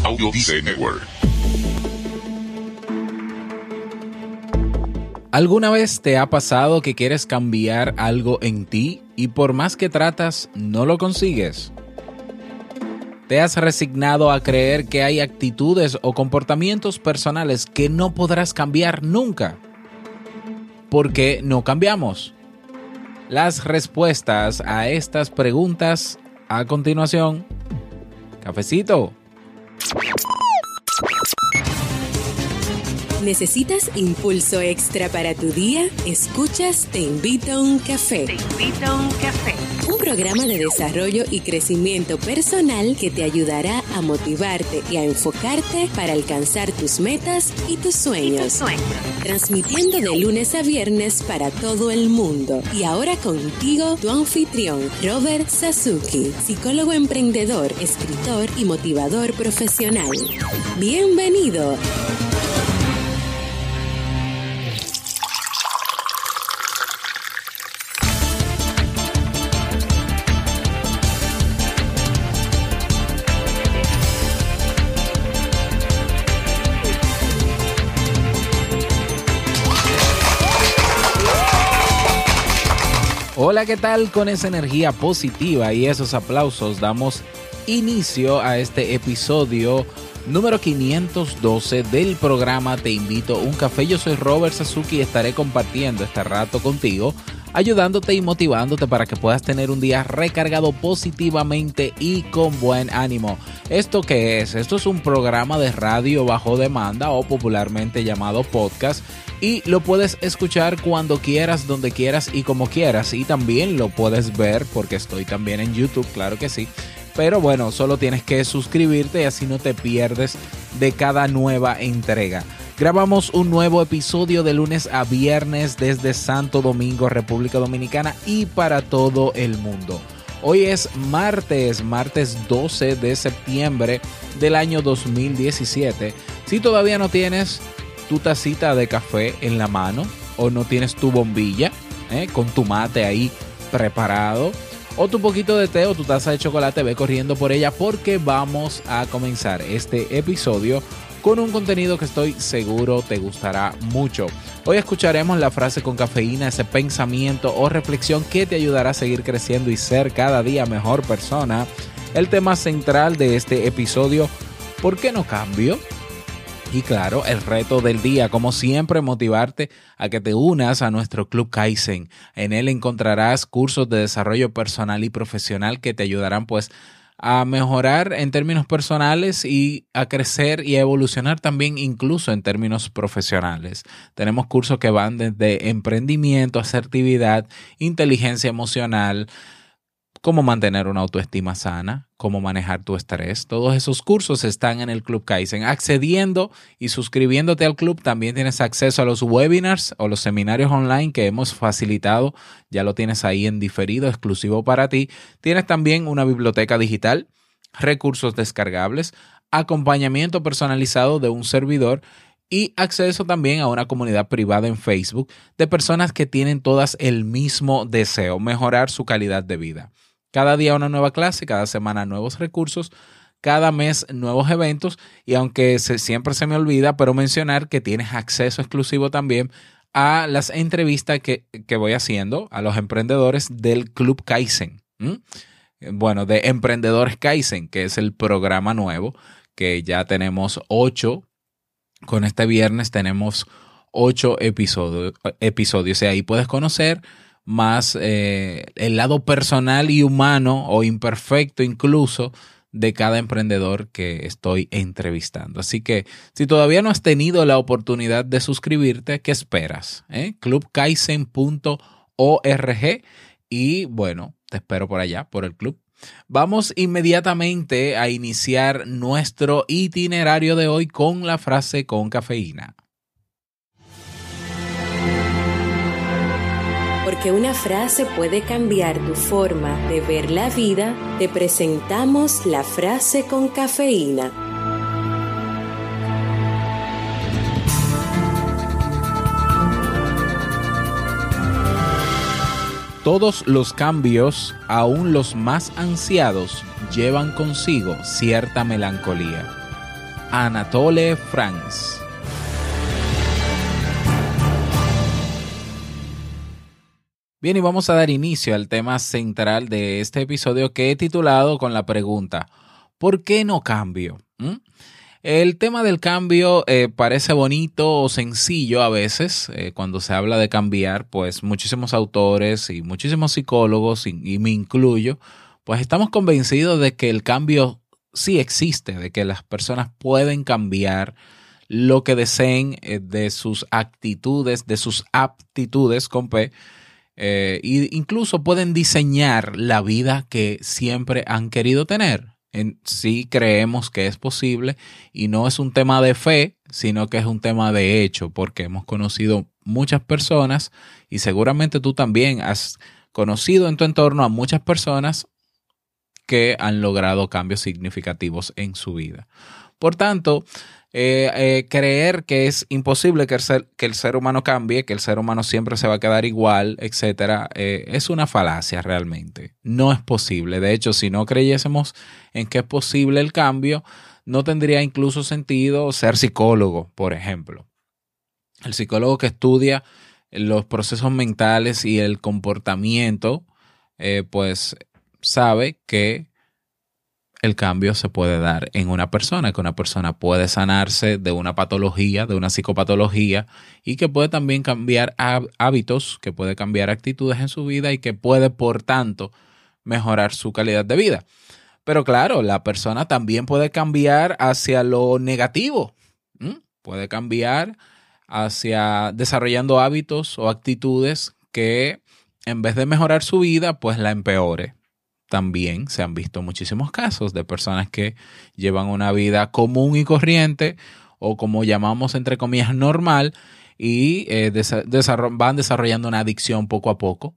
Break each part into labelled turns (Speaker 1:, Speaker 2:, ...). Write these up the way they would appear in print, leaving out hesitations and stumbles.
Speaker 1: Audio Dice Network.
Speaker 2: ¿Alguna vez te ha pasado que quieres cambiar algo en ti y por más que tratas, no lo consigues? ¿Te has resignado a creer que hay actitudes o comportamientos personales que no podrás cambiar nunca? ¿Por qué no cambiamos? Las respuestas a estas preguntas a continuación. Cafecito.
Speaker 3: ¿Necesitas impulso extra para tu día? Escuchas Te Invito a un Café. Te Invito a un Café. Un programa de desarrollo y crecimiento personal que te ayudará a motivarte y a enfocarte para alcanzar tus metas y tus sueños. Transmitiendo de lunes a viernes para todo el mundo. Y ahora contigo, tu anfitrión, Robert Sasuki, psicólogo emprendedor, escritor y motivador profesional. ¡Bienvenido!
Speaker 2: Hola, ¿qué tal? Con esa energía positiva y esos aplausos damos inicio a este episodio número 512 del programa Te Invito a un Café. Yo soy Robert Sasuki y estaré compartiendo este rato contigo, ayudándote y motivándote para que puedas tener un día recargado positivamente y con buen ánimo. ¿Esto qué es? Esto es un programa de radio bajo demanda o popularmente llamado podcast. Y lo puedes escuchar cuando quieras, donde quieras y como quieras. Y también lo puedes ver porque estoy también en YouTube, claro que sí. Pero bueno, solo tienes que suscribirte y así no te pierdes de cada nueva entrega. Grabamos un nuevo episodio de lunes a viernes desde Santo Domingo, República Dominicana y para todo el mundo. Hoy es martes 12 de septiembre del año 2017. Si todavía no tienes tu tacita de café en la mano o no tienes tu bombilla con tu mate ahí preparado o tu poquito de té o tu taza de chocolate, ve corriendo por ella porque vamos a comenzar este episodio con un contenido que estoy seguro te gustará mucho. Hoy escucharemos la frase con cafeína, ese pensamiento o reflexión que te ayudará a seguir creciendo y ser cada día mejor persona. El tema central de este episodio, ¿por qué no cambio? Y claro, el reto del día, como siempre, motivarte a que te unas a nuestro Club Kaizen. En él encontrarás cursos de desarrollo personal y profesional que te ayudarán pues a mejorar en términos personales y a crecer y a evolucionar también incluso en términos profesionales. Tenemos cursos que van desde emprendimiento, asertividad, inteligencia emocional, cómo mantener una autoestima sana, cómo manejar tu estrés. Todos esos cursos están en el Club Kaizen. Accediendo y suscribiéndote al club, también tienes acceso a los webinars o los seminarios online que hemos facilitado. Ya lo tienes ahí en diferido, exclusivo para ti. Tienes también una biblioteca digital, recursos descargables, acompañamiento personalizado de un servidor y acceso también a una comunidad privada en Facebook de personas que tienen todas el mismo deseo, mejorar su calidad de vida. Cada día una nueva clase, cada semana nuevos recursos, cada mes nuevos eventos y aunque siempre se me olvida, pero mencionar que tienes acceso exclusivo también a las entrevistas que voy haciendo a los emprendedores del Club Kaizen. Bueno, de Emprendedores Kaizen, que es el programa nuevo, que ya tenemos 8. Con este viernes tenemos 8 episodios. Y ahí puedes conocer más el lado personal y humano o imperfecto incluso de cada emprendedor que estoy entrevistando. Así que si todavía no has tenido la oportunidad de suscribirte, ¿qué esperas? clubkaizen.org y bueno, te espero por allá, por el club. Vamos inmediatamente a iniciar nuestro itinerario de hoy con la frase con cafeína.
Speaker 3: Porque una frase puede cambiar tu forma de ver la vida, te presentamos la frase con cafeína.
Speaker 2: Todos los cambios, aun los más ansiados, llevan consigo cierta melancolía. Anatole France. Bien, y vamos a dar inicio al tema central de este episodio que he titulado con la pregunta: ¿por qué no cambio? El tema del cambio parece bonito o sencillo a veces. Cuando se habla de cambiar, pues muchísimos autores y muchísimos psicólogos, y me incluyo, pues estamos convencidos de que el cambio sí existe, de que las personas pueden cambiar lo que deseen de sus actitudes, de sus aptitudes con P, e incluso pueden diseñar la vida que siempre han querido tener. Sí creemos que es posible y no es un tema de fe, sino que es un tema de hecho, porque hemos conocido muchas personas y seguramente tú también has conocido en tu entorno a muchas personas que han logrado cambios significativos en su vida. Por tanto, creer que es imposible que el ser humano cambie, que el ser humano siempre se va a quedar igual, etcétera, es una falacia realmente. No es posible. De hecho, si no creyésemos en que es posible el cambio, no tendría incluso sentido ser psicólogo, por ejemplo. El psicólogo que estudia los procesos mentales y el comportamiento, pues sabe que el cambio se puede dar en una persona, que una persona puede sanarse de una patología, de una psicopatología, y que puede también cambiar hábitos, que puede cambiar actitudes en su vida y que puede, por tanto, mejorar su calidad de vida. Pero claro, la persona también puede cambiar hacia lo negativo. Puede cambiar hacia desarrollando hábitos o actitudes que en vez de mejorar su vida, pues la empeore. También se han visto muchísimos casos de personas que llevan una vida común y corriente, o como llamamos entre comillas normal, y van desarrollando una adicción poco a poco,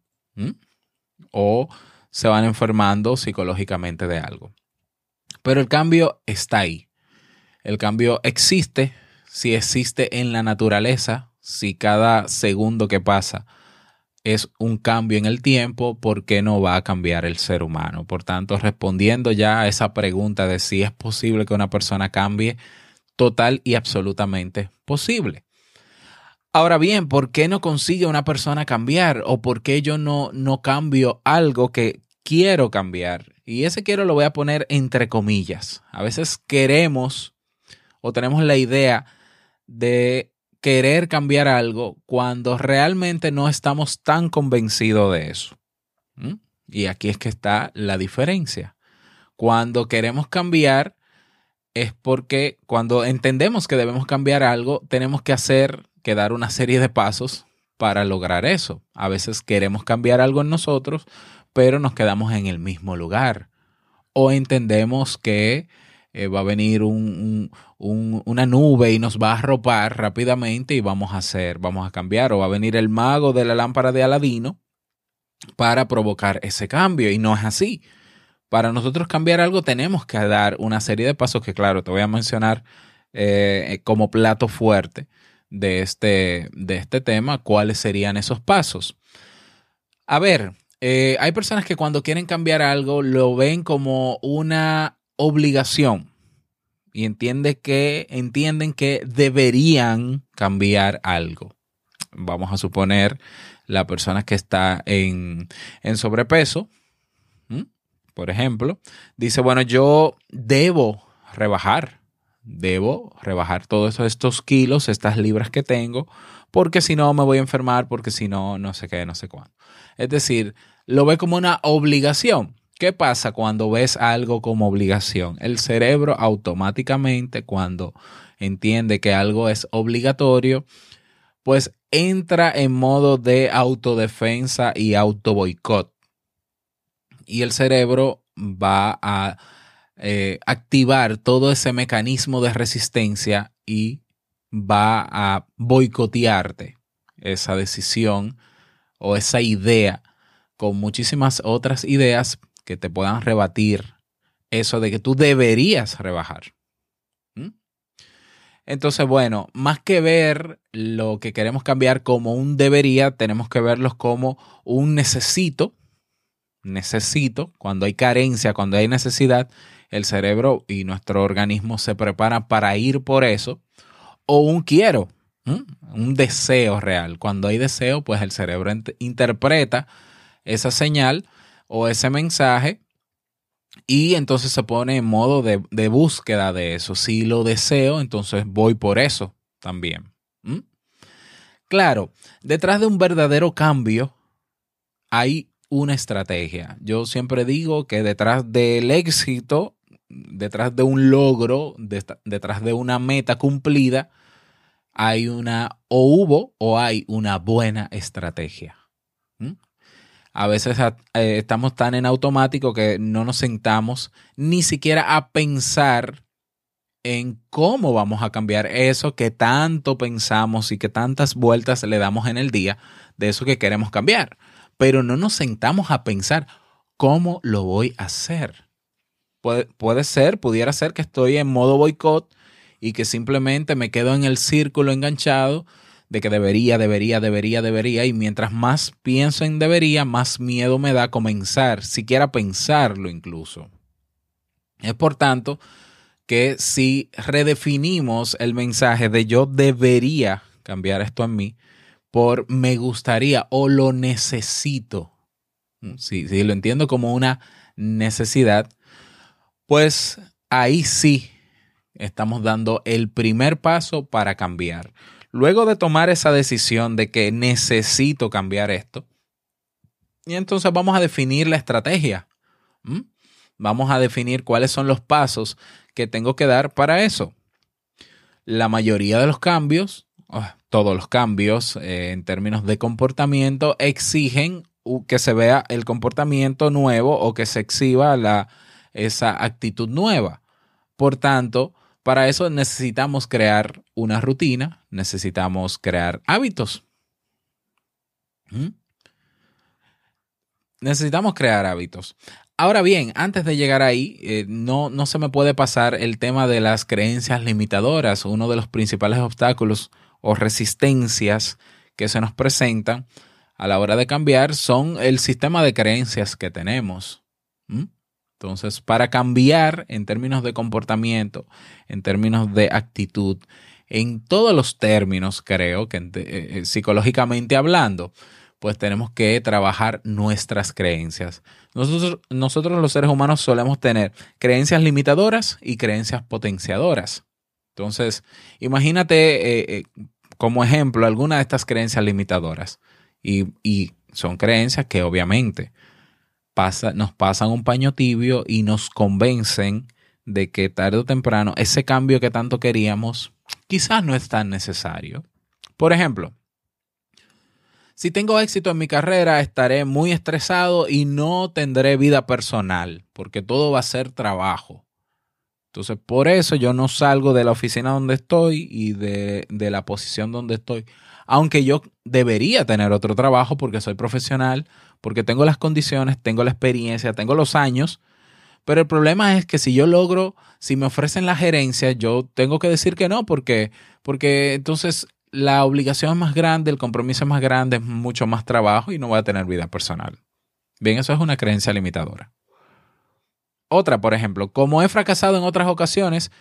Speaker 2: o se van enfermando psicológicamente de algo. Pero el cambio está ahí. El cambio existe, si existe en la naturaleza, si cada segundo que pasa es un cambio en el tiempo, ¿por qué no va a cambiar el ser humano? Por tanto, respondiendo ya a esa pregunta de si es posible que una persona cambie, total y absolutamente posible. Ahora bien, ¿por qué no consigue una persona cambiar? ¿O por qué yo no cambio algo que quiero cambiar? Y ese quiero lo voy a poner entre comillas. A veces queremos o tenemos la idea de querer cambiar algo cuando realmente no estamos tan convencidos de eso. Y aquí es que está la diferencia. Cuando queremos cambiar es porque cuando entendemos que debemos cambiar algo, tenemos que dar una serie de pasos para lograr eso. A veces queremos cambiar algo en nosotros, pero nos quedamos en el mismo lugar. O entendemos que va a venir una nube y nos va a arropar rápidamente y vamos a cambiar, o va a venir el mago de la lámpara de Aladino para provocar ese cambio, y no es así. Para nosotros cambiar algo tenemos que dar una serie de pasos que, claro, te voy a mencionar como plato fuerte de este tema, cuáles serían esos pasos. A ver, hay personas que cuando quieren cambiar algo lo ven como una obligación y entienden que deberían cambiar algo. Vamos a suponer la persona que está en sobrepeso, por ejemplo, dice, bueno, yo debo rebajar todos estos kilos, estas libras que tengo, porque si no me voy a enfermar, porque si no, no sé qué, no sé cuándo. Es decir, lo ve como una obligación. ¿Qué pasa cuando ves algo como obligación? El cerebro automáticamente, cuando entiende que algo es obligatorio, pues entra en modo de autodefensa y autoboicot. Y el cerebro va a activar todo ese mecanismo de resistencia y va a boicotearte esa decisión o esa idea, con muchísimas otras ideas que te puedan rebatir eso de que tú deberías rebajar. Entonces, bueno, más que ver lo que queremos cambiar como un debería, tenemos que verlos como un necesito. Cuando hay carencia, cuando hay necesidad, el cerebro y nuestro organismo se preparan para ir por eso, o un quiero, un deseo real. Cuando hay deseo, pues el cerebro interpreta esa señal o ese mensaje y entonces se pone en modo de búsqueda de eso. Si lo deseo, entonces voy por eso también. Claro, detrás de un verdadero cambio hay una estrategia. Yo siempre digo que detrás del éxito, detrás de un logro, detrás de una meta cumplida, hay hay una buena estrategia. A veces estamos tan en automático que no nos sentamos ni siquiera a pensar en cómo vamos a cambiar eso que tanto pensamos y que tantas vueltas le damos en el día de eso que queremos cambiar. Pero no nos sentamos a pensar cómo lo voy a hacer. Pudiera ser que estoy en modo boicot y que simplemente me quedo en el círculo enganchado de que debería, y mientras más pienso en debería, más miedo me da comenzar, siquiera pensarlo incluso. Es por tanto que si redefinimos el mensaje de yo debería cambiar esto en mí por me gustaría o lo necesito, si lo entiendo como una necesidad, pues ahí sí estamos dando el primer paso para cambiar. Luego de tomar esa decisión de que necesito cambiar esto, y entonces vamos a definir la estrategia. Vamos a definir cuáles son los pasos que tengo que dar para eso. La mayoría de los cambios, todos los cambios en términos de comportamiento exigen que se vea el comportamiento nuevo o que se exhiba esa actitud nueva. Por tanto, para eso necesitamos crear una rutina, necesitamos crear hábitos. Necesitamos crear hábitos. Ahora bien, antes de llegar ahí, no se me puede pasar el tema de las creencias limitadoras, uno de los principales obstáculos o resistencias que se nos presentan a la hora de cambiar son el sistema de creencias que tenemos. Entonces, para cambiar en términos de comportamiento, en términos de actitud, en todos los términos, creo que psicológicamente hablando, pues tenemos que trabajar nuestras creencias. Nosotros los seres humanos solemos tener creencias limitadoras y creencias potenciadoras. Entonces, imagínate como ejemplo alguna de estas creencias limitadoras. Y son creencias que obviamente nos pasan un paño tibio y nos convencen de que tarde o temprano ese cambio que tanto queríamos quizás no es tan necesario. Por ejemplo, si tengo éxito en mi carrera, estaré muy estresado y no tendré vida personal, porque todo va a ser trabajo. Entonces, por eso yo no salgo de la oficina donde estoy y de la posición donde estoy. Aunque yo debería tener otro trabajo porque soy profesional, porque tengo las condiciones, tengo la experiencia, tengo los años. Pero el problema es que si me ofrecen la gerencia, yo tengo que decir que no, porque entonces la obligación es más grande, el compromiso es más grande, es mucho más trabajo y no voy a tener vida personal. Bien, eso es una creencia limitadora. Otra, por ejemplo, como he fracasado en otras ocasiones,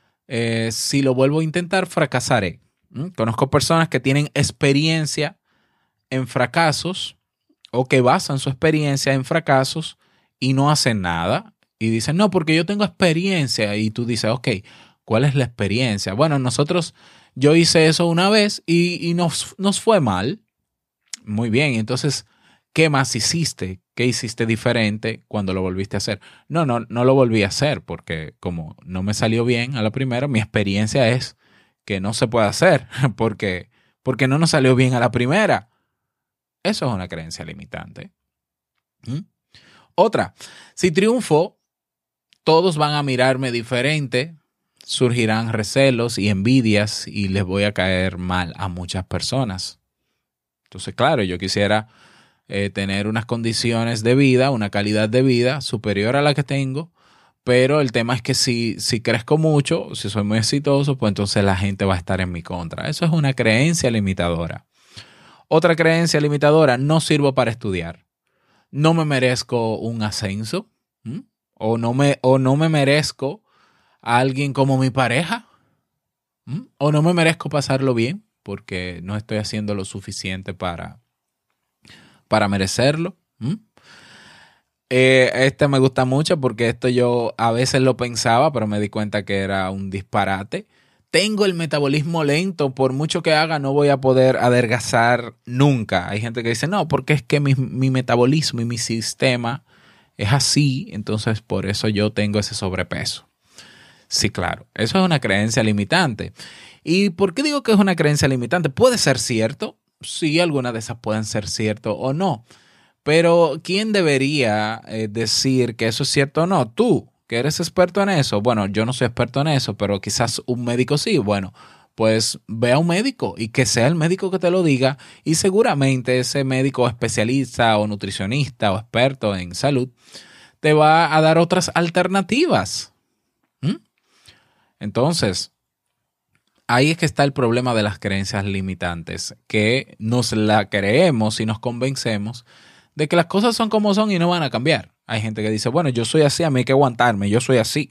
Speaker 2: si lo vuelvo a intentar, fracasaré. Conozco personas que tienen experiencia en fracasos o que basan su experiencia en fracasos y no hacen nada. Y dicen, no, porque yo tengo experiencia. Y tú dices, ok, ¿cuál es la experiencia? Bueno, yo hice eso una vez y nos fue mal. Muy bien, entonces, ¿qué más hiciste? ¿Qué hiciste diferente cuando lo volviste a hacer? No lo volví a hacer porque como no me salió bien a la primera, mi experiencia es que no se puede hacer porque no nos salió bien a la primera. Eso es una creencia limitante. Otra, si triunfo, todos van a mirarme diferente, surgirán recelos y envidias y les voy a caer mal a muchas personas. Entonces, claro, yo quisiera tener unas condiciones de vida, una calidad de vida superior a la que tengo, pero el tema es que si crezco mucho, si soy muy exitoso, pues entonces la gente va a estar en mi contra. Eso es una creencia limitadora. Otra creencia limitadora, no sirvo para estudiar. No me merezco un ascenso. o no me merezco a alguien como mi pareja. O no me merezco pasarlo bien porque no estoy haciendo lo suficiente para merecerlo. Este me gusta mucho porque esto yo a veces lo pensaba, pero me di cuenta que era un disparate. Tengo el metabolismo lento, por mucho que haga no voy a poder adelgazar nunca. Hay gente que dice, no, porque es que mi metabolismo y mi sistema es así, entonces por eso yo tengo ese sobrepeso. Sí, claro, eso es una creencia limitante. ¿Y por qué digo que es una creencia limitante? Puede ser cierto, sí, algunas de esas pueden ser cierto o no. Pero ¿quién debería decir que eso es cierto o no? Tú, que eres experto en eso. Bueno, yo no soy experto en eso, pero quizás un médico sí. Bueno, pues ve a un médico y que sea el médico que te lo diga y seguramente ese médico especialista o nutricionista o experto en salud te va a dar otras alternativas. Entonces, ahí es que está el problema de las creencias limitantes, que nos la creemos y nos convencemos de que las cosas son como son y no van a cambiar. Hay gente que dice, bueno, yo soy así, a mí hay que aguantarme, yo soy así.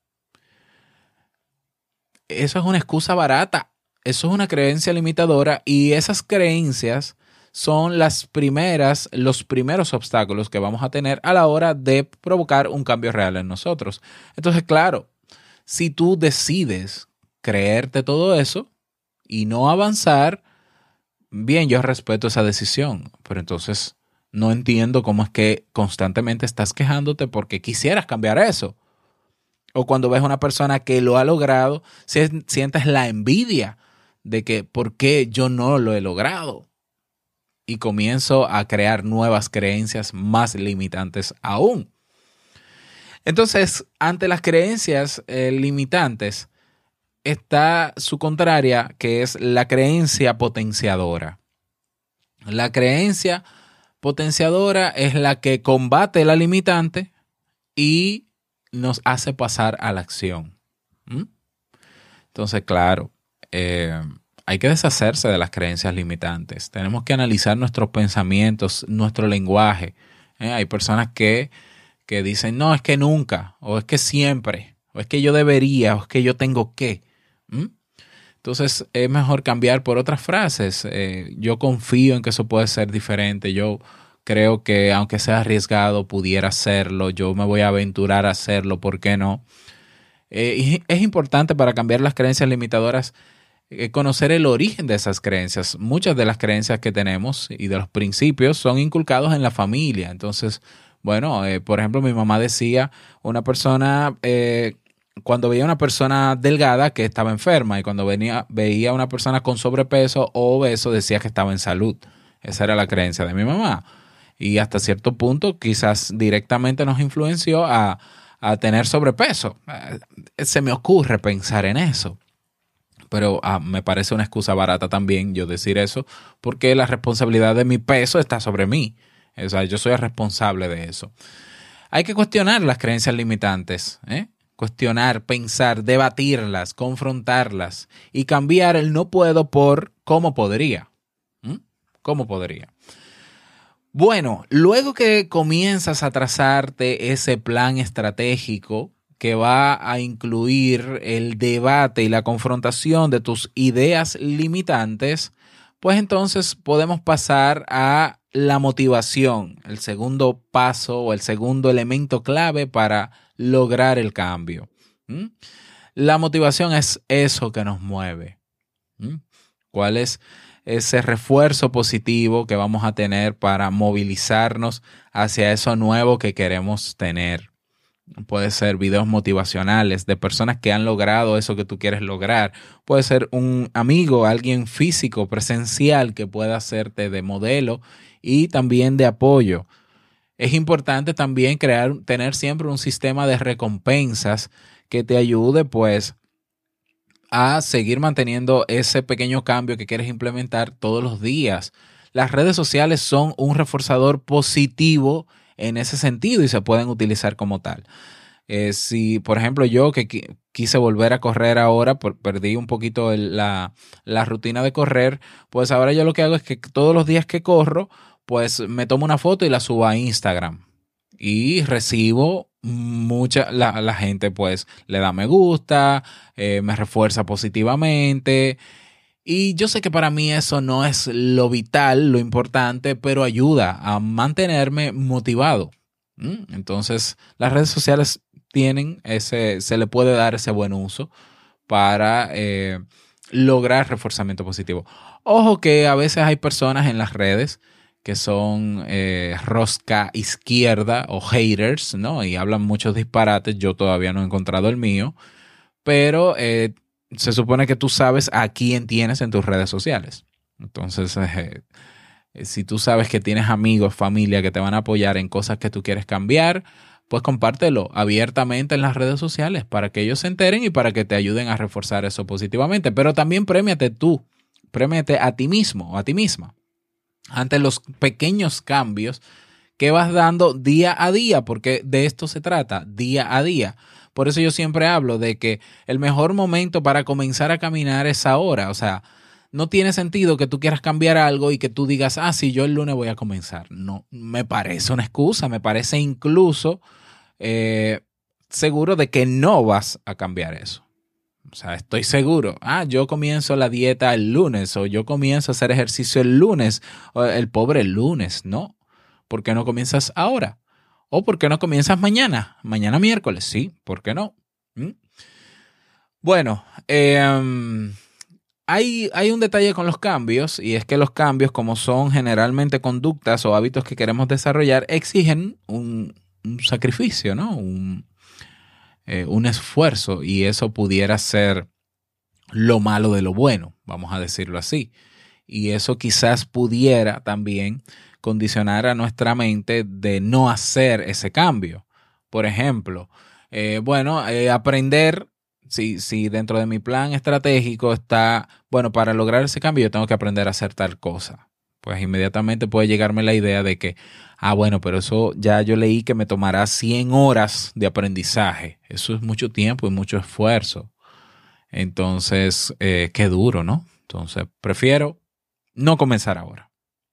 Speaker 2: Eso es una excusa barata, eso es una creencia limitadora y esas creencias son los primeros obstáculos que vamos a tener a la hora de provocar un cambio real en nosotros. Entonces, claro, si tú decides creerte todo eso y no avanzar, bien, yo respeto esa decisión, pero entonces no entiendo cómo es que constantemente estás quejándote porque quisieras cambiar eso. O cuando ves a una persona que lo ha logrado, sientes la envidia de que ¿por qué yo no lo he logrado? Y comienzo a crear nuevas creencias más limitantes aún. Entonces, ante las creencias limitantes, está su contraria, que es la creencia potenciadora. La creencia potenciadora es la que combate la limitante y nos hace pasar a la acción. Entonces, claro, hay que deshacerse de las creencias limitantes. Tenemos que analizar nuestros pensamientos, nuestro lenguaje. Hay personas que dicen, no, es que nunca, o es que siempre, o es que yo debería, o es que yo tengo que. Entonces es mejor cambiar por otras frases. Yo confío en que eso puede ser diferente. Yo creo que aunque sea arriesgado, pudiera hacerlo. Yo me voy a aventurar a hacerlo, ¿por qué no? Y es importante para cambiar las creencias limitadoras conocer el origen de esas creencias. Muchas de las creencias que tenemos y de los principios son inculcados en la familia. Entonces, bueno, por ejemplo, mi mamá decía, una persona, cuando veía una persona delgada que estaba enferma y cuando veía una persona con sobrepeso o obeso decía que estaba en salud. Esa era la creencia de mi mamá. Y hasta cierto punto quizás directamente nos influenció a tener sobrepeso. Se me ocurre pensar en eso. Pero me parece una excusa barata también yo decir eso porque la responsabilidad de mi peso está sobre mí. O sea, yo soy el responsable de eso. Hay que cuestionar las creencias limitantes, cuestionar, pensar, debatirlas, confrontarlas y cambiar el no puedo por cómo podría. ¿Cómo podría? Bueno, luego que comienzas a trazarte ese plan estratégico que va a incluir el debate y la confrontación de tus ideas limitantes, pues entonces podemos pasar a la motivación, el segundo paso o el segundo elemento clave para lograr el cambio. La motivación es eso que nos mueve. ¿Cuál es ese refuerzo positivo que vamos a tener para movilizarnos hacia eso nuevo que queremos tener? Puede ser videos motivacionales de personas que han logrado eso que tú quieres lograr. Puede ser un amigo, alguien físico, presencial que pueda hacerte de modelo y también de apoyo. Es importante también tener siempre un sistema de recompensas que te ayude pues a seguir manteniendo ese pequeño cambio que quieres implementar todos los días. Las redes sociales son un reforzador positivo en ese sentido y se pueden utilizar como tal. Si, por ejemplo, yo que quise volver a correr ahora, perdí un poquito la rutina de correr, pues ahora yo lo que hago es que todos los días que corro, pues me tomo una foto y la subo a Instagram y recibo la gente pues le da me gusta, me refuerza positivamente. Y yo sé que para mí eso no es lo vital, lo importante, pero ayuda a mantenerme motivado. Entonces, las redes sociales se le puede dar ese buen uso para lograr reforzamiento positivo. Ojo que a veces hay personas en las redes que son rosca izquierda o haters, ¿no? Y hablan muchos disparates. Yo todavía no he encontrado el mío, pero se supone que tú sabes a quién tienes en tus redes sociales. Entonces, si tú sabes que tienes amigos, familia que te van a apoyar en cosas que tú quieres cambiar, pues compártelo abiertamente en las redes sociales para que ellos se enteren y para que te ayuden a reforzar eso positivamente. Pero también premiate tú, premiate a ti mismo o a ti misma ante los pequeños cambios que vas dando día a día, porque de esto se trata, día a día. Por eso yo siempre hablo de que el mejor momento para comenzar a caminar es ahora. O sea, no tiene sentido que tú quieras cambiar algo y que tú digas, sí, yo el lunes voy a comenzar. No, me parece una excusa, me parece incluso seguro de que no vas a cambiar eso. O sea, estoy seguro, yo comienzo la dieta el lunes o yo comienzo a hacer ejercicio el lunes, o el pobre lunes, ¿no? ¿Por qué no comienzas ahora? ¿O por qué no comienzas mañana? Mañana miércoles, sí, ¿por qué no? Bueno, hay un detalle con los cambios y es que los cambios, como son generalmente conductas o hábitos que queremos desarrollar, exigen un sacrificio, ¿no? Un esfuerzo, y eso pudiera ser lo malo de lo bueno, vamos a decirlo así. Y eso quizás pudiera también condicionar a nuestra mente de no hacer ese cambio. Por ejemplo, aprender, si dentro de mi plan estratégico está, para lograr ese cambio yo tengo que aprender a hacer tal cosa. Pues inmediatamente puede llegarme la idea de que, pero eso ya yo leí que me tomará 100 horas de aprendizaje. Eso es mucho tiempo y mucho esfuerzo. Entonces, qué duro, ¿no? Entonces, prefiero no comenzar ahora.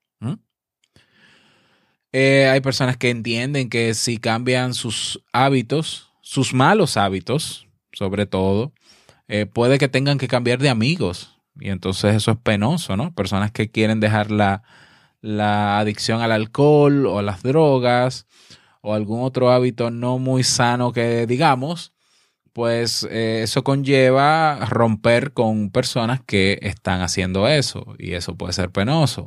Speaker 2: Hay personas que entienden que si cambian sus hábitos, sus malos hábitos, sobre todo, puede que tengan que cambiar de amigos. Y entonces eso es penoso, ¿no? Personas que quieren dejar la adicción al alcohol o a las drogas o algún otro hábito no muy sano que digamos, pues eso conlleva romper con personas que están haciendo eso y eso puede ser penoso.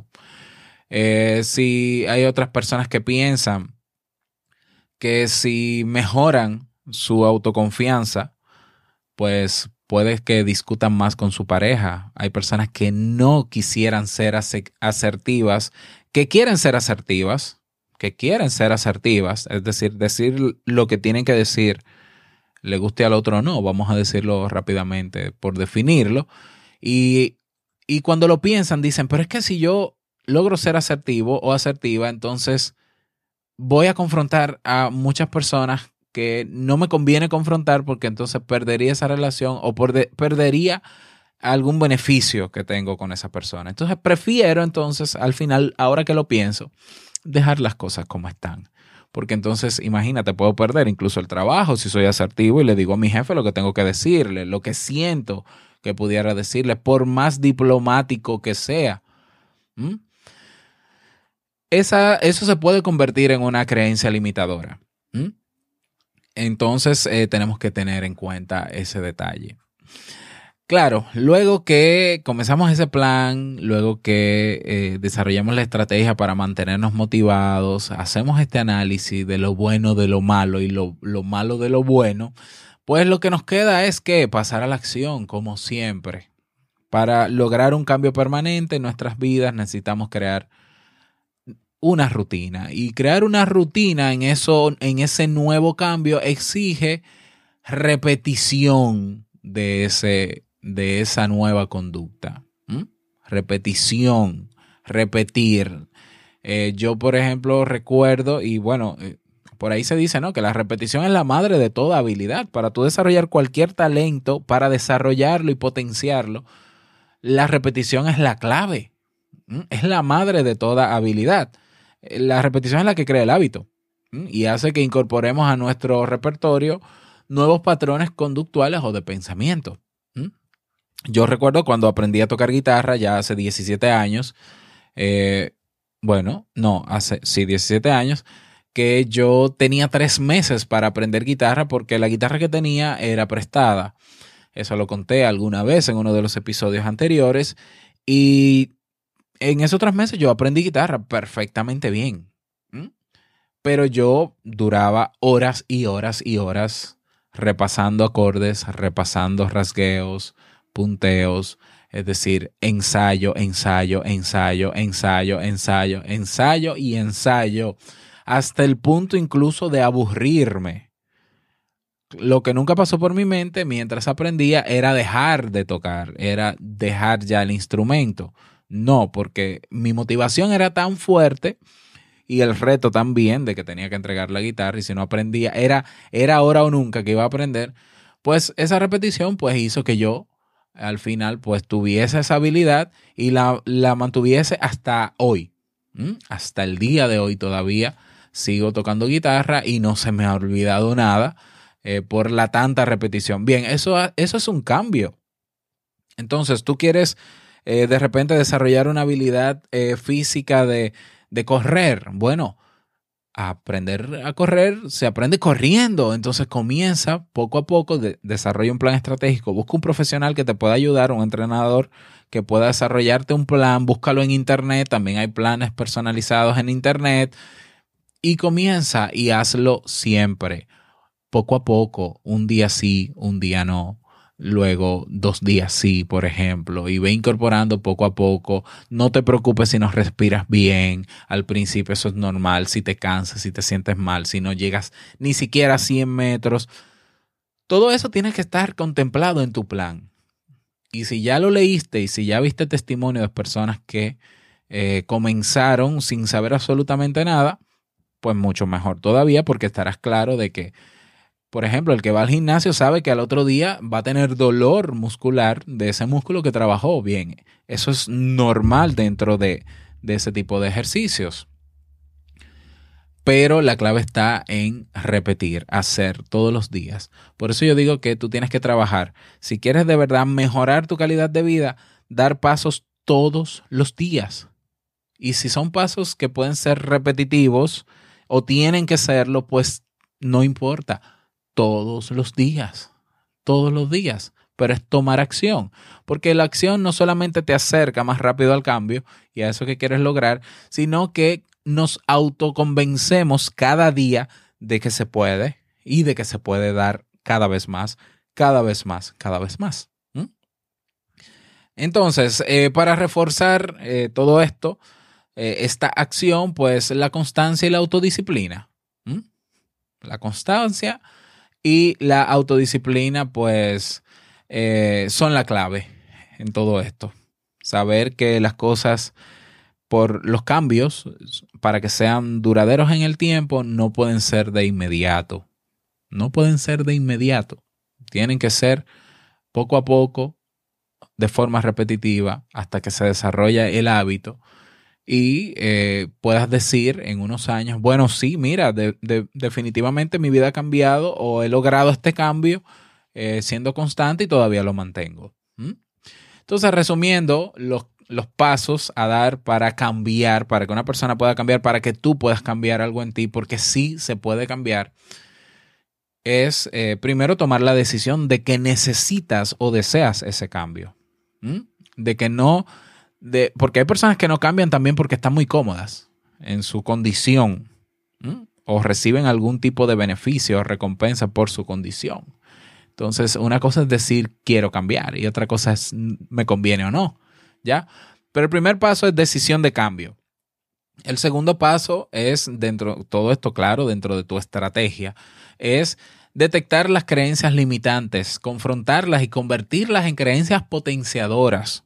Speaker 2: Si hay otras personas que piensan que si mejoran su autoconfianza, pues puede que discutan más con su pareja. Hay personas que no quisieran ser asertivas, que quieren ser asertivas, es decir lo que tienen que decir, le guste al otro o no, vamos a decirlo rápidamente por definirlo. Y cuando lo piensan dicen, pero es que si yo logro ser asertivo o asertiva, entonces voy a confrontar a muchas personas que no me conviene confrontar porque entonces perdería esa relación o perdería algún beneficio que tengo con esa persona. Entonces prefiero entonces al final, ahora que lo pienso, dejar las cosas como están. Porque entonces, imagínate, puedo perder incluso el trabajo si soy asertivo y le digo a mi jefe lo que tengo que decirle, lo que siento que pudiera decirle, por más diplomático que sea. Eso se puede convertir en una creencia limitadora. Entonces tenemos que tener en cuenta ese detalle. Claro, luego que comenzamos ese plan, luego que desarrollamos la estrategia para mantenernos motivados, hacemos este análisis de lo bueno de lo malo y lo malo de lo bueno, pues lo que nos queda es que pasar a la acción, como siempre. Para lograr un cambio permanente en nuestras vidas necesitamos crear una rutina, y crear una rutina en ese nuevo cambio exige repetición de esa nueva conducta. Repetición, repetir. Yo, por ejemplo, recuerdo, y por ahí se dice, ¿no?, que la repetición es la madre de toda habilidad. Para tú desarrollar cualquier talento, para desarrollarlo y potenciarlo, la repetición es la clave. Es la madre de toda habilidad. La repetición es la que crea el hábito. y hace que incorporemos a nuestro repertorio nuevos patrones conductuales o de pensamiento. Yo recuerdo cuando aprendí a tocar guitarra ya hace 17 años, hace 17 años, que yo tenía 3 meses para aprender guitarra porque la guitarra que tenía era prestada. Eso lo conté alguna vez en uno de los episodios anteriores y en esos 3 meses yo aprendí guitarra perfectamente bien. Pero yo duraba horas y horas y horas repasando acordes, repasando rasgueos, punteos, es decir, ensayo, ensayo, ensayo, ensayo, ensayo, ensayo y ensayo, hasta el punto incluso de aburrirme. Lo que nunca pasó por mi mente mientras aprendía era dejar de tocar, era dejar ya el instrumento. No, porque mi motivación era tan fuerte y el reto también de que tenía que entregar la guitarra y si no aprendía, era ahora o nunca que iba a aprender, pues esa repetición pues hizo que yo al final pues tuviese esa habilidad y la mantuviese hasta hoy. Hasta el día de hoy todavía sigo tocando guitarra y no se me ha olvidado nada por la tanta repetición. Bien, eso es un cambio. Entonces tú quieres de repente desarrollar una habilidad física de correr. Bueno, aprender a correr se aprende corriendo. Entonces comienza poco a poco, desarrolla un plan estratégico, busca un profesional que te pueda ayudar, un entrenador que pueda desarrollarte un plan, búscalo en internet, también hay planes personalizados en internet y comienza y hazlo siempre, poco a poco, un día sí, un día no. Luego 2 días sí, por ejemplo, y ve incorporando poco a poco. No te preocupes si no respiras bien. Al principio eso es normal, si te cansas, si te sientes mal, si no llegas ni siquiera a 100 metros. Todo eso tiene que estar contemplado en tu plan. Y si ya lo leíste y si ya viste testimonio de personas que comenzaron sin saber absolutamente nada, pues mucho mejor todavía porque estarás claro de que por ejemplo, el que va al gimnasio sabe que al otro día va a tener dolor muscular de ese músculo que trabajó bien. Eso es normal dentro de ese tipo de ejercicios. Pero la clave está en repetir, hacer todos los días. Por eso yo digo que tú tienes que trabajar. Si quieres de verdad mejorar tu calidad de vida, dar pasos todos los días. Y si son pasos que pueden ser repetitivos o tienen que serlo, pues no importa. Todos los días, pero es tomar acción, porque la acción no solamente te acerca más rápido al cambio y a eso que quieres lograr, sino que nos autoconvencemos cada día de que se puede y de que se puede dar cada vez más, cada vez más, cada vez más. Entonces, para reforzar todo esto, esta acción, pues la constancia y la autodisciplina. La constancia y la autodisciplina, pues, son la clave en todo esto. Saber que las cosas, por los cambios, para que sean duraderos en el tiempo, no pueden ser de inmediato. No pueden ser de inmediato. Tienen que ser poco a poco, de forma repetitiva, hasta que se desarrolla el hábito. Y puedas decir en unos años, bueno, sí, mira, definitivamente mi vida ha cambiado o he logrado este cambio siendo constante y todavía lo mantengo. Entonces, resumiendo, los pasos a dar para cambiar, para que una persona pueda cambiar, para que tú puedas cambiar algo en ti, porque sí se puede cambiar, es primero tomar la decisión de que necesitas o deseas ese cambio. De que no... porque hay personas que no cambian también porque están muy cómodas en su condición o reciben algún tipo de beneficio o recompensa por su condición. Entonces, una cosa es decir quiero cambiar y otra cosa es me conviene o no, ¿ya? Pero el primer paso es decisión de cambio. El segundo paso es, todo esto claro, dentro de tu estrategia, es detectar las creencias limitantes, confrontarlas y convertirlas en creencias potenciadoras.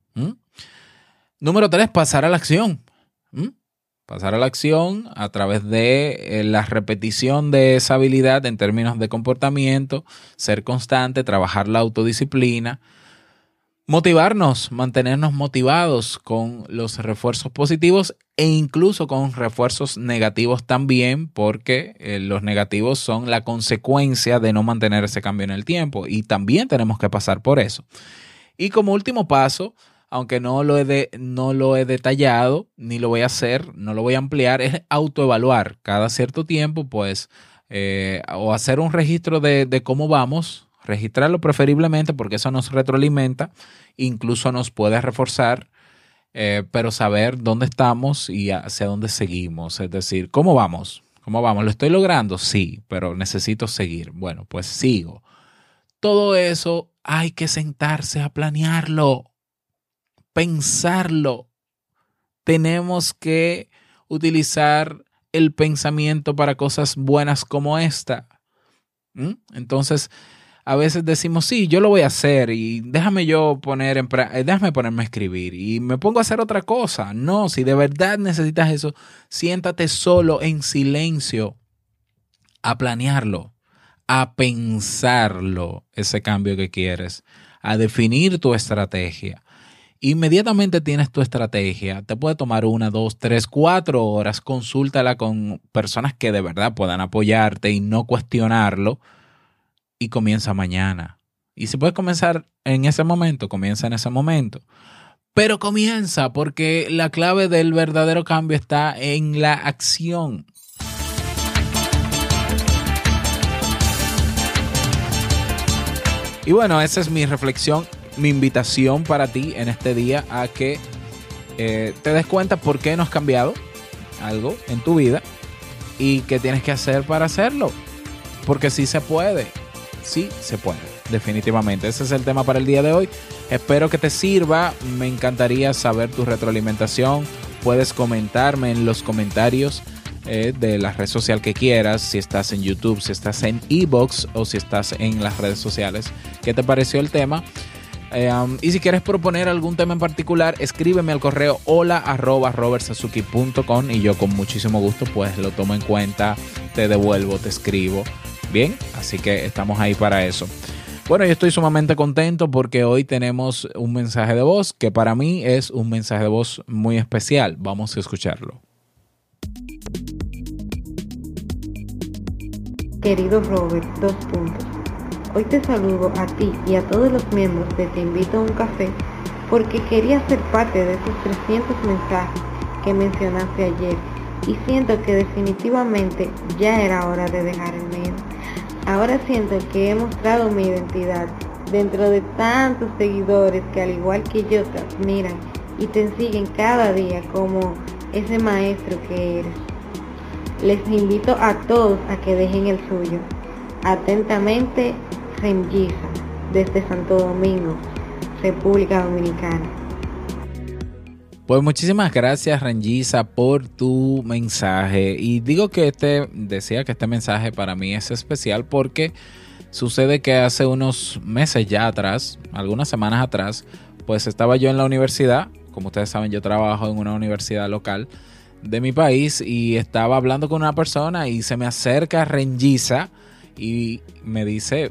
Speaker 2: Número 3, pasar a la acción. Pasar a la acción a través de la repetición de esa habilidad en términos de comportamiento, ser constante, trabajar la autodisciplina. motivarnos, mantenernos motivados con los refuerzos positivos e incluso con refuerzos negativos también, porque los negativos son la consecuencia de no mantener ese cambio en el tiempo y también tenemos que pasar por eso. Y como último paso, aunque no lo he detallado, ni lo voy a hacer, no lo voy a ampliar, es autoevaluar cada cierto tiempo, pues, o hacer un registro de cómo vamos. Registrarlo preferiblemente porque eso nos retroalimenta, incluso nos puede reforzar, pero saber dónde estamos y hacia dónde seguimos. Es decir, ¿cómo vamos? ¿Cómo vamos? ¿Lo estoy logrando? Sí, pero necesito seguir. Bueno, pues sigo. Todo eso hay que sentarse a planearlo, pensarlo. Tenemos que utilizar el pensamiento para cosas buenas como esta. Entonces, a veces decimos, sí, yo lo voy a hacer y déjame ponerme a escribir y me pongo a hacer otra cosa. No, si de verdad necesitas eso, siéntate solo en silencio a planearlo, a pensarlo, ese cambio que quieres, a definir tu estrategia. Inmediatamente tienes tu estrategia, te puede tomar 1, 2, 3, 4 horas, consúltala con personas que de verdad puedan apoyarte y no cuestionarlo. Y comienza mañana. Y si puedes comenzar en ese momento, comienza en ese momento. Pero comienza porque la clave del verdadero cambio está en la acción. Y bueno, esa es mi reflexión, mi invitación para ti en este día a que te des cuenta por qué no has cambiado algo en tu vida y qué tienes que hacer para hacerlo. Porque sí se puede. Sí, se puede, definitivamente. Ese es el tema para el día de hoy. Espero que te sirva. Me encantaría saber tu retroalimentación. Puedes comentarme en los comentarios de la red social que quieras. Si estás en YouTube, si estás en iVoox o si estás en las redes sociales. ¿Qué te pareció el tema? Y si quieres proponer algún tema en particular, escríbeme al correo hola@robertsazuki.com y yo con muchísimo gusto pues lo tomo en cuenta, te devuelvo, te escribo. Bien, así que estamos ahí para eso. Bueno, yo estoy sumamente contento porque hoy tenemos un mensaje de voz que para mí es un mensaje de voz muy especial. Vamos a escucharlo.
Speaker 1: Querido Robert, 2 puntos. Hoy te saludo a ti y a todos los miembros de Te Invito a un Café porque quería ser parte de esos 300 mensajes que mencionaste ayer y siento que definitivamente ya era hora de dejar el miedo. Ahora siento que he mostrado mi identidad dentro de tantos seguidores que al igual que yo te admiran y te siguen cada día como ese maestro que eres. Les invito a todos a que dejen el suyo. Atentamente, Rengiza, desde Santo Domingo, República Dominicana.
Speaker 2: Pues muchísimas gracias, Rengiza, por tu mensaje. Y digo que decía que este mensaje para mí es especial porque sucede que hace unos meses ya atrás, algunas semanas atrás, pues estaba yo en la universidad. Como ustedes saben, yo trabajo en una universidad local de mi país y estaba hablando con una persona y se me acerca Rengiza y me dice: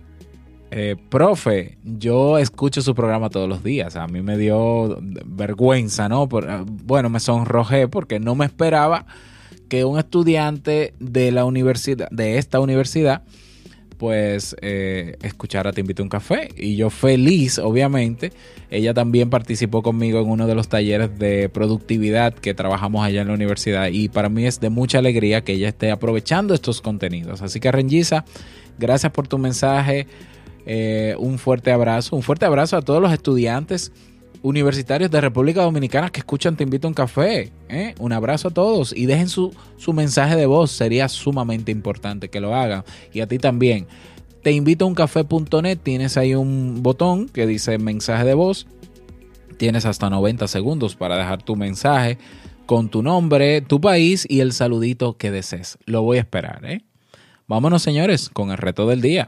Speaker 2: profe, yo escucho su programa todos los días. A mí me dio vergüenza, ¿no? Bueno, me sonrojé porque no me esperaba que un estudiante de la universidad, de esta universidad, pues escuchara Te Invito a un Café. Y yo feliz, obviamente. Ella también participó conmigo en uno de los talleres de productividad que trabajamos allá en la universidad. Y para mí es de mucha alegría que ella esté aprovechando estos contenidos. Así que, Rengiza, gracias por tu mensaje. Un fuerte abrazo a todos los estudiantes universitarios de República Dominicana que escuchan Te Invito a un Café. Un abrazo a todos y dejen su mensaje de voz, sería sumamente importante que lo hagan. Y a ti también. Teinvitoauncafé.net, tienes ahí un botón que dice mensaje de voz. Tienes hasta 90 segundos para dejar tu mensaje con tu nombre, tu país y el saludito que desees. Lo voy a esperar, Vámonos, señores, con el reto del día.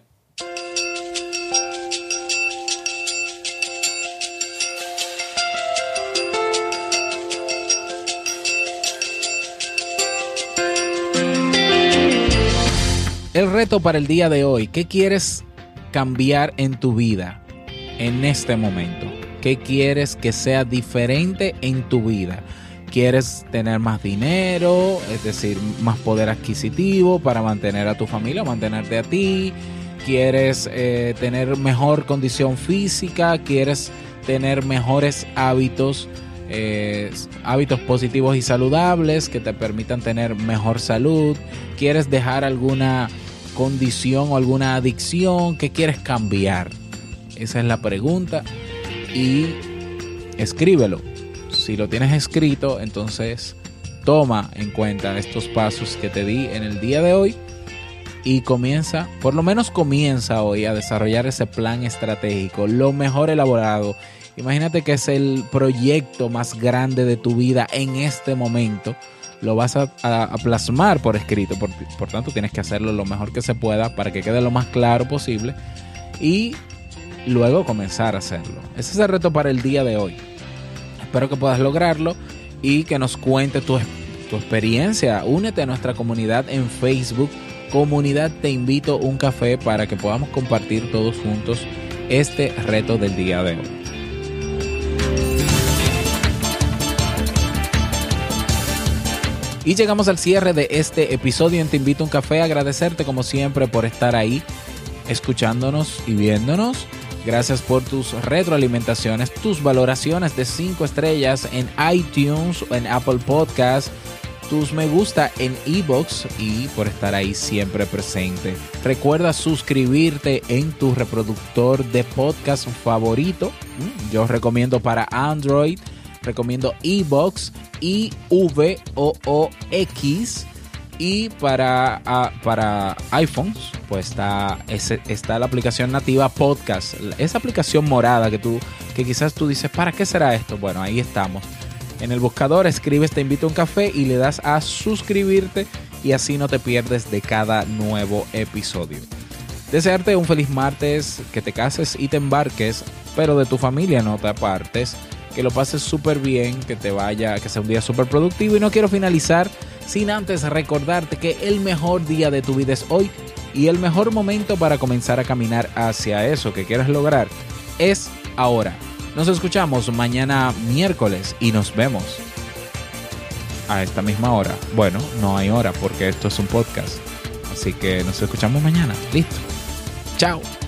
Speaker 2: El reto para el día de hoy: ¿qué quieres cambiar en tu vida en este momento? ¿Qué quieres que sea diferente en tu vida? ¿Quieres tener más dinero, es decir, más poder adquisitivo para mantener a tu familia, mantenerte a ti? ¿Quieres tener mejor condición física? ¿Quieres tener mejores hábitos positivos y saludables que te permitan tener mejor salud? ¿Quieres dejar alguna condición o alguna adicción? ¿Qué quieres cambiar? Esa es la pregunta y escríbelo. Si lo tienes escrito, entonces toma en cuenta estos pasos que te di en el día de hoy y por lo menos comienza hoy a desarrollar ese plan estratégico, lo mejor elaborado. Imagínate que es el proyecto más grande de tu vida en este momento. Lo vas a plasmar por escrito, por tanto tienes que hacerlo lo mejor que se pueda para que quede lo más claro posible y luego comenzar a hacerlo. Ese es el reto para el día de hoy. Espero que puedas lograrlo y que nos cuentes tu experiencia. Únete a nuestra comunidad en Facebook, Comunidad Te Invito un Café, para que podamos compartir todos juntos este reto del día de hoy. Y llegamos al cierre de este episodio en Te Invito un Café. Agradecerte como siempre por estar ahí, escuchándonos y viéndonos. Gracias por tus retroalimentaciones, tus valoraciones de 5 estrellas en iTunes o en Apple Podcasts, tus me gusta en iVoox y por estar ahí siempre presente. Recuerda suscribirte en tu reproductor de podcast favorito. Yo recomiendo para Android, recomiendo iVoox, IVOOX. Y para iPhones, pues está la aplicación nativa Podcast. Esa aplicación morada que quizás tú dices, ¿para qué será esto? Bueno, ahí estamos. En el buscador escribes Te Invito a un Café y le das a suscribirte y así no te pierdes de cada nuevo episodio. Desearte un feliz martes, que te cases y te embarques, pero de tu familia no te apartes. Que lo pases súper bien, que sea un día súper productivo. Y no quiero finalizar sin antes recordarte que el mejor día de tu vida es hoy y el mejor momento para comenzar a caminar hacia eso que quieres lograr es ahora. Nos escuchamos mañana miércoles y nos vemos a esta misma hora. Bueno, no hay hora porque esto es un podcast, así que nos escuchamos mañana. Listo. Chao.